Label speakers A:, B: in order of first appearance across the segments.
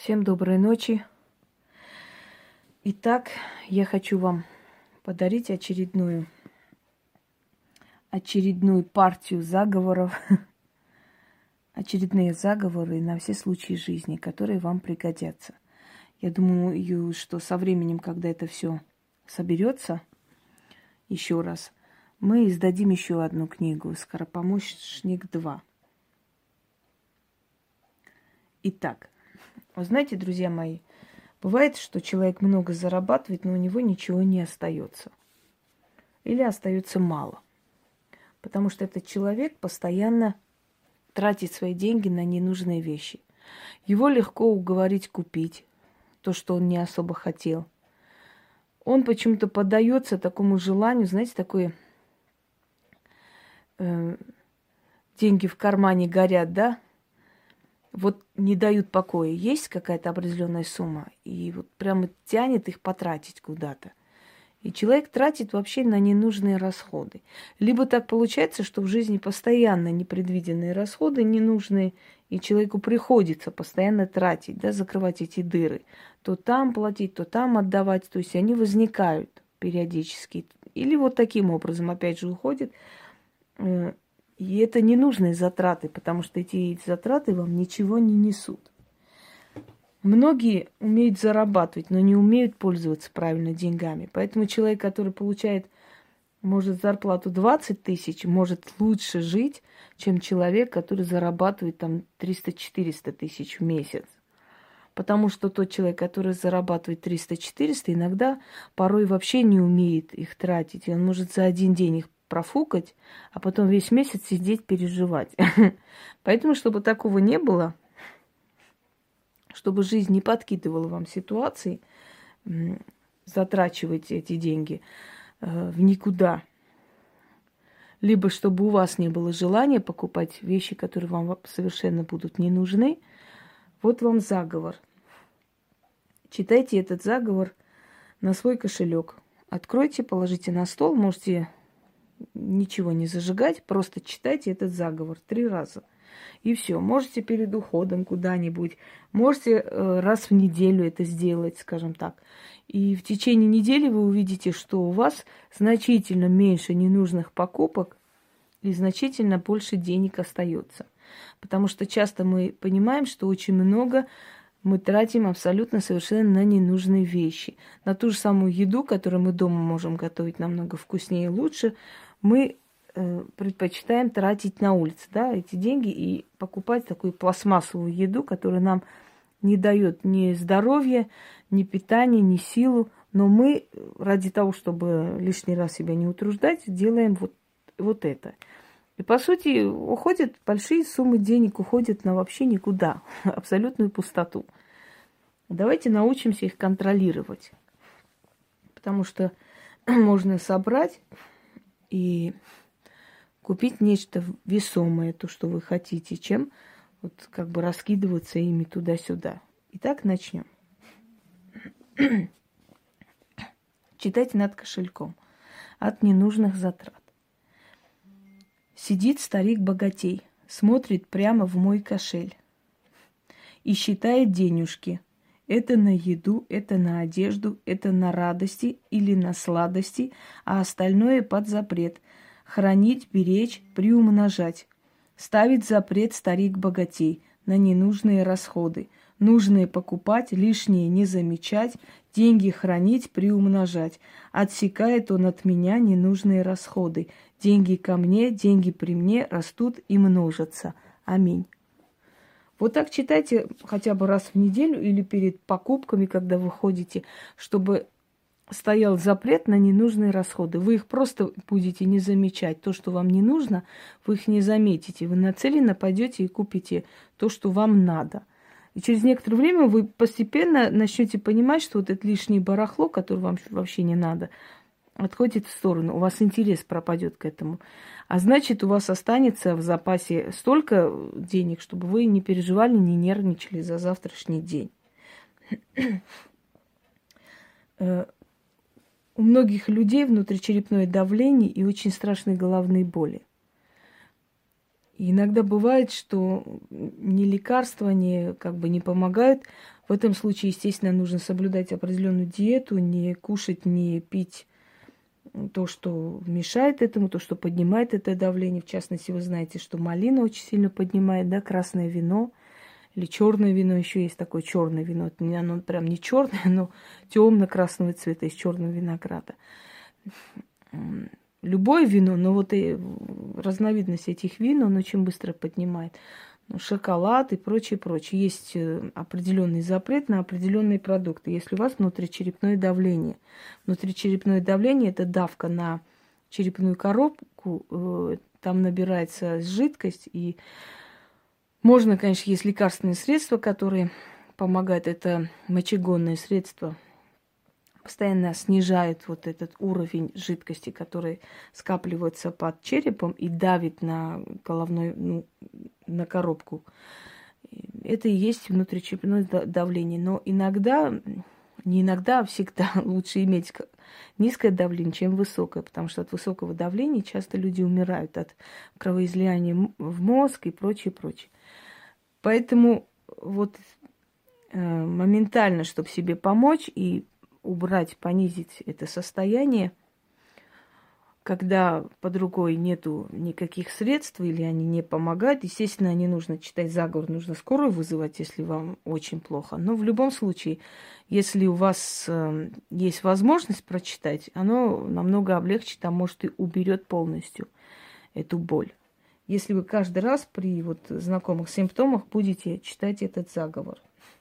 A: Всем доброй ночи. Итак, я хочу вам подарить очередную партию заговоров, очередные заговоры на все случаи жизни, которые вам пригодятся. Я думаю, что со временем, когда это все соберется еще раз, мы издадим еще одну книгу «Скоропомощник 2». Итак, вы знаете, друзья мои, бывает, что человек много зарабатывает, но у него ничего не остается. Или остается мало. Потому что этот человек постоянно тратит свои деньги на ненужные вещи. Его легко уговорить купить то, что он не особо хотел. Он почему-то поддается такому желанию, знаете, такое деньги в кармане горят, да? Вот не дают покоя. Есть какая-то определенная сумма, и вот прямо тянет их потратить куда-то. И человек тратит вообще на ненужные расходы. Либо так получается, что в жизни постоянно непредвиденные расходы ненужные, и человеку приходится постоянно тратить, да, закрывать эти дыры. То там платить, то там отдавать. То есть они возникают периодически. Или вот таким образом опять же уходит. И это ненужные затраты, потому что эти затраты вам ничего не несут. Многие умеют зарабатывать, но не умеют пользоваться правильно деньгами. Поэтому человек, который получает, может, зарплату 20 тысяч, может лучше жить, чем человек, который зарабатывает там 300-400 тысяч в месяц. Потому что тот человек, который зарабатывает 300-400, иногда порой вообще не умеет их тратить. И он может за один день их профукать, а потом весь месяц сидеть, переживать. Поэтому, чтобы такого не было, чтобы жизнь не подкидывала вам ситуации, затрачивать эти деньги в никуда, либо чтобы у вас не было желания покупать вещи, которые вам совершенно будут не нужны, вот вам заговор. Читайте этот заговор на свой кошелек. Откройте, положите на стол, можете ничего не зажигать, просто читайте этот заговор 3 раза. И все. Можете перед уходом куда-нибудь, можете раз в неделю это сделать, скажем так. И в течение недели вы увидите, что у вас значительно меньше ненужных покупок и значительно больше денег остается. Потому что часто мы понимаем, что очень много мы тратим абсолютно совершенно на ненужные вещи. На ту же самую еду, которую мы дома можем готовить намного вкуснее и лучше, мы предпочитаем тратить на улице, да, эти деньги и покупать такую пластмассовую еду, которая нам не дает ни здоровья, ни питания, ни силу. Но мы ради того, чтобы лишний раз себя не утруждать, делаем вот это. И, по сути, уходят большие суммы денег, уходят на вообще никуда, абсолютную пустоту. Давайте научимся их контролировать. Потому что можно собрать и купить нечто весомое, то, что вы хотите, чем вот как бы раскидываться ими туда-сюда. Итак, начнем. Читайте над кошельком. От ненужных затрат. Сидит старик-богатей, смотрит прямо в мой кошель и считает денежки. Это на еду, это на одежду, это на радости или на сладости, а остальное под запрет. Хранить, беречь, приумножать. Ставит запрет старик-богатей на ненужные расходы. Нужные покупать, лишнее не замечать, деньги хранить, приумножать. Отсекает он от меня ненужные расходы. Деньги ко мне, деньги при мне растут и множатся. Аминь. Вот так читайте хотя бы раз в неделю или перед покупками, когда вы ходите, чтобы стоял запрет на ненужные расходы. Вы их просто будете не замечать. То, что вам не нужно, вы их не заметите. Вы нацеленно пойдете и купите то, что вам надо. И через некоторое время вы постепенно начнете понимать, что вот это лишнее барахло, которое вам вообще не надо, отходит в сторону. У вас интерес пропадет к этому. А значит, у вас останется в запасе столько денег, чтобы вы не переживали, не нервничали за завтрашний день. У многих людей внутричерепное давление и очень страшные головные боли. И иногда бывает, что ни лекарства, ни как бы не помогают. В этом случае, естественно, нужно соблюдать определенную диету, не кушать, не пить то, что мешает этому, то, что поднимает это давление. В частности, вы знаете, что малина очень сильно поднимает, да, красное вино или черное вино. Еще есть такое черное вино. Оно прям не черное, но темно-красного цвета из черного винограда. Любое вино, но вот и разновидность этих вин, он очень быстро поднимает. Шоколад и прочее, прочее. Есть определенный запрет на определенные продукты. Если у вас внутричерепное давление. Внутричерепное давление – это давка на черепную коробку. Там набирается жидкость. И можно, конечно, есть лекарственные средства, которые помогают. Это мочегонные средства. Постоянно снижает вот этот уровень жидкости, который скапливается под черепом и давит на головной, на коробку. Это и есть внутричерепное давление. Но иногда, не иногда, а всегда лучше иметь низкое давление, чем высокое, потому что от высокого давления часто люди умирают от кровоизлияния в мозг и прочее, прочее. Поэтому вот моментально, чтобы себе помочь и убрать, понизить это состояние, когда под рукой нету никаких средств или они не помогают. Естественно, не нужно читать заговор, нужно скорую вызывать, если вам очень плохо. Но в любом случае, если у вас есть возможность прочитать, оно намного облегчит, а может и уберет полностью эту боль. Если вы каждый раз при вот знакомых симптомах будете читать этот заговор.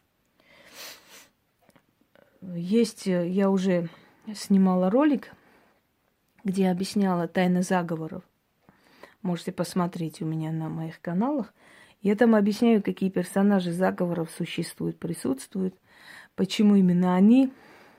A: Есть, я уже снимала ролик, где объясняла тайны заговоров. Можете посмотреть у меня на моих каналах. Я там объясняю, какие персонажи заговоров существуют, присутствуют, почему именно они,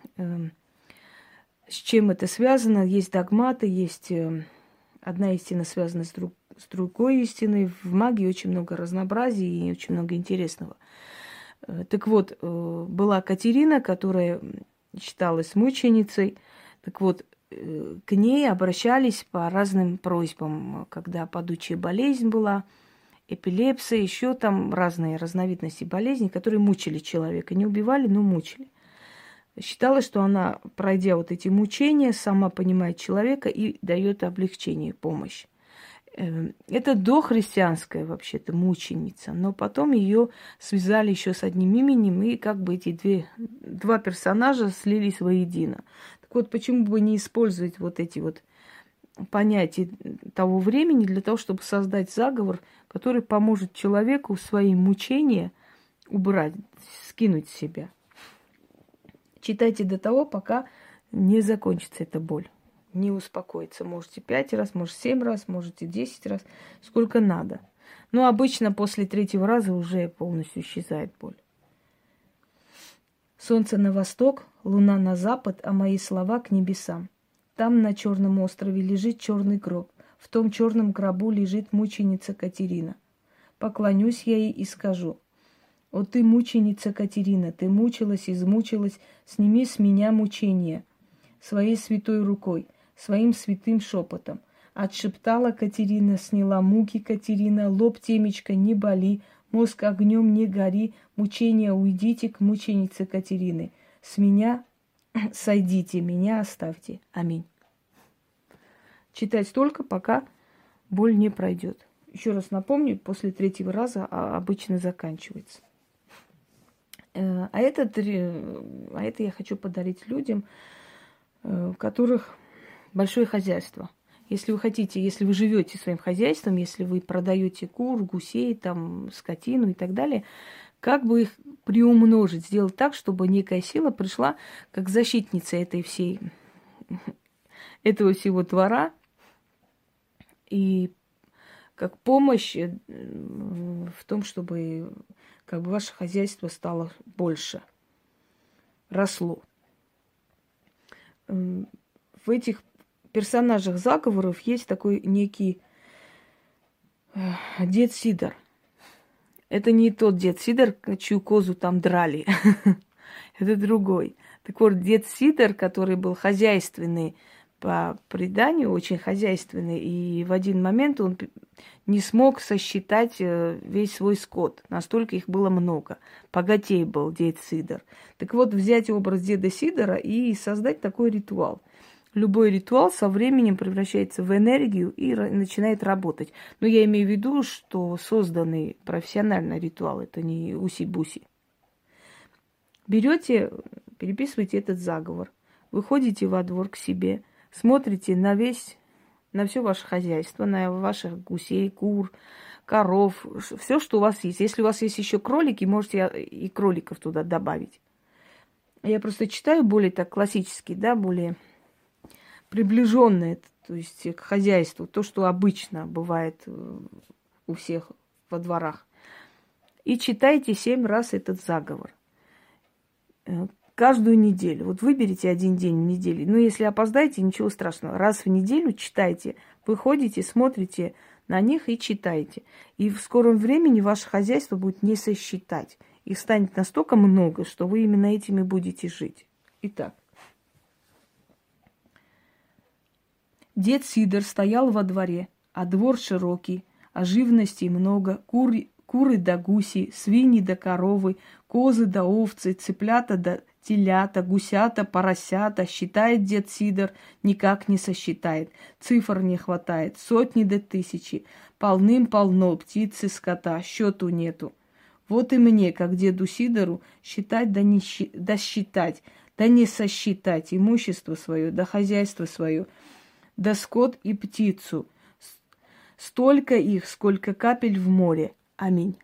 A: с чем это связано. Есть догматы, есть одна истина связана с другой истиной. В магии очень много разнообразия и очень много интересного. Так вот, была Катерина, которая считалась мученицей. Так вот, к ней обращались по разным просьбам, когда падучая болезнь была, эпилепсия, еще там разные разновидности болезней, которые мучили человека. Не убивали, но мучили. Считалось, что она, пройдя вот эти мучения, сама понимает человека и дает облегчение, помощь. Это дохристианская вообще-то мученица, но потом ее связали еще с одним именем, и как бы эти два персонажа слились воедино. Так вот, почему бы не использовать вот эти вот понятия того времени для того, чтобы создать заговор, который поможет человеку свои мучения убрать, скинуть с себя. Читайте до того, пока не закончится эта боль. Не успокоиться. Можете 5 раз, может 7 раз, можете 10 раз, сколько надо. Но обычно после 3-го раза уже полностью исчезает боль. Солнце на восток, луна на запад, а мои слова к небесам. Там на черном острове лежит черный гроб. В том черном гробу лежит мученица Катерина. Поклонюсь я ей и скажу: «О ты, мученица Катерина, ты мучилась, измучилась, сними с меня мучения своей святой рукой, своим святым шепотом». Отшептала Катерина, сняла муки Катерина, лоб темечко не боли, мозг огнем не гори, мучения уйдите к мученице Катерины. С меня сойдите, меня оставьте. Аминь. Читать столько, пока боль не пройдет. Еще раз напомню, после 3-го раза обычно заканчивается. А это я хочу подарить людям, у которых большое хозяйство. Если вы хотите, если вы живете своим хозяйством, если вы продаете кур, гусей, там, скотину и так далее, как бы их приумножить, сделать так, чтобы некая сила пришла как защитница этого всего двора и как помощь в том, чтобы как бы ваше хозяйство стало больше, росло. В этих персонажах заговоров есть такой некий дед Сидор. Это не тот дед Сидор, чью козу там драли. Это другой. Так вот, дед Сидор, который был хозяйственный, по преданию очень хозяйственный, и в один момент он не смог сосчитать весь свой скот. Настолько их было много. Богатей был дед Сидор. Так вот, взять образ деда Сидора и создать такой ритуал. Любой ритуал со временем превращается в энергию и начинает работать. Но я имею в виду, что созданный профессиональный ритуал, это не уси-буси. Берете, переписываете этот заговор, выходите во двор к себе, смотрите на все ваше хозяйство, на ваших гусей, кур, коров, все, что у вас есть. Если у вас есть еще кролики, можете и кроликов туда добавить. Я просто читаю более так классически, да, более приближенное, то есть к хозяйству, то, что обычно бывает у всех во дворах. И читайте 7 раз этот заговор. Каждую неделю. Вот выберите один день в неделю. Ну, если опоздаете, ничего страшного. Раз в неделю читайте. Выходите, смотрите на них и читайте. И в скором времени ваше хозяйство будет не сосчитать. Их станет настолько много, что вы именно этими будете жить. Итак. Дед Сидор стоял во дворе, а двор широкий, а живности много, куры да гуси, свиньи да коровы, козы да овцы, цыплята да телята, гусята, поросята. Считает дед Сидор, никак не сосчитает. Цифр не хватает, сотни да тысячи. Полным-полно птицы, скота, счету нету. Вот и мне, как деду Сидору, считать да считать, да не сосчитать имущество свое, да хозяйство свое, да скот и птицу. Столько их, сколько капель в море. Аминь.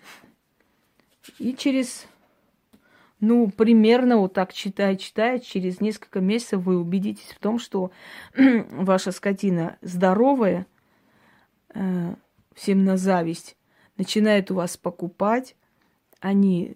A: И через, примерно вот так читая, через несколько месяцев вы убедитесь в том, что ваша скотина здоровая, всем на зависть, начинает у вас покупать, они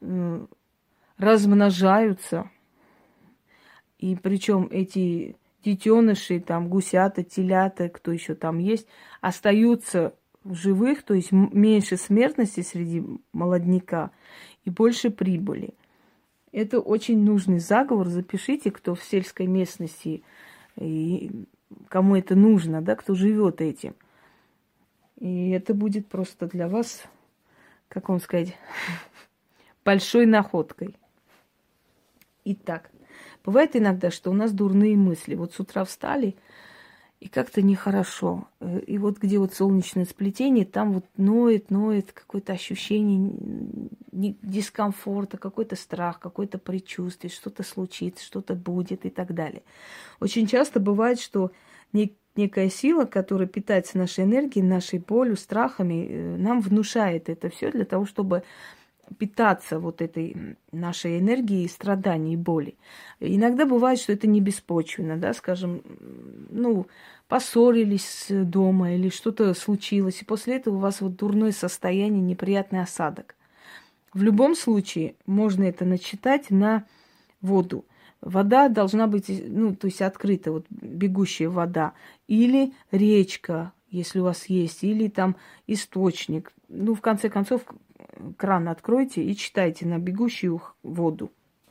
A: размножаются, и причем эти детеныши, там, гусята, телята, кто еще там есть, остаются в живых, то есть меньше смертности среди молодняка и больше прибыли. Это очень нужный заговор. Запишите, кто в сельской местности, и кому это нужно, да, кто живет этим. И это будет просто для вас, как вам сказать, большой находкой. Итак. Бывает иногда, что у нас дурные мысли. Вот с утра встали, и как-то нехорошо. И вот где вот солнечное сплетение, там вот ноет какое-то ощущение дискомфорта, какой-то страх, какое-то предчувствие, что-то случится, что-то будет и так далее. Очень часто бывает, что некая сила, которая питается нашей энергией, нашей болью, страхами, нам внушает это все для того, чтобы питаться вот этой нашей энергией страданий и боли. Иногда бывает, что это не беспочвенно, да, скажем, поссорились дома или что-то случилось, и после этого у вас вот дурное состояние, неприятный осадок. В любом случае можно это начитать на воду. Вода должна быть, то есть открыта, вот бегущая вода, или речка, если у вас есть, или там источник. В конце концов, кран откройте и читайте на бегущую воду.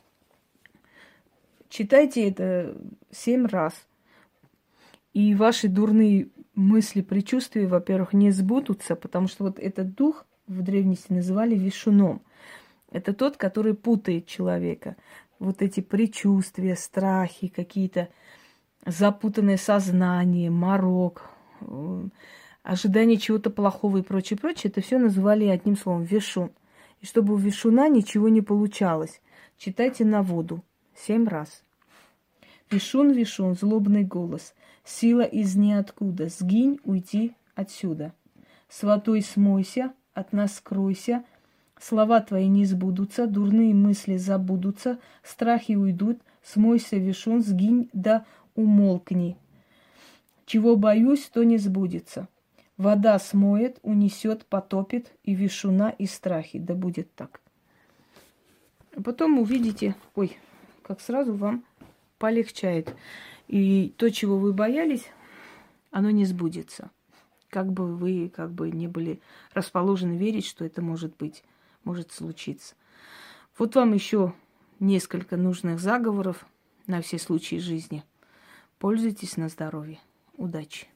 A: Читайте это 7 раз. И ваши дурные мысли, предчувствия, во-первых, не сбудутся, потому что вот этот дух в древности называли вишуном. Это тот, который путает человека. Вот эти предчувствия, страхи, какие-то запутанное сознание, морок, ожидание чего-то плохого и прочее, это все называли одним словом вишун. И чтобы у вишуна ничего не получалось, читайте на воду 7 раз. Вишун, вишун, злобный голос, сила из ниоткуда, сгинь, уйди отсюда. Святой смойся, от нас скройся, слова твои не сбудутся, дурные мысли забудутся, страхи уйдут, смойся, вишун, сгинь да умолкни. Чего боюсь, то не сбудется. Вода смоет, унесет, потопит и вишуна, и страхи. Да будет так. А потом увидите, как сразу вам полегчает. И то, чего вы боялись, оно не сбудется. Как бы вы не были расположены верить, что это может быть, может случиться. Вот вам еще несколько нужных заговоров на все случаи жизни. Пользуйтесь на здоровье. Удачи!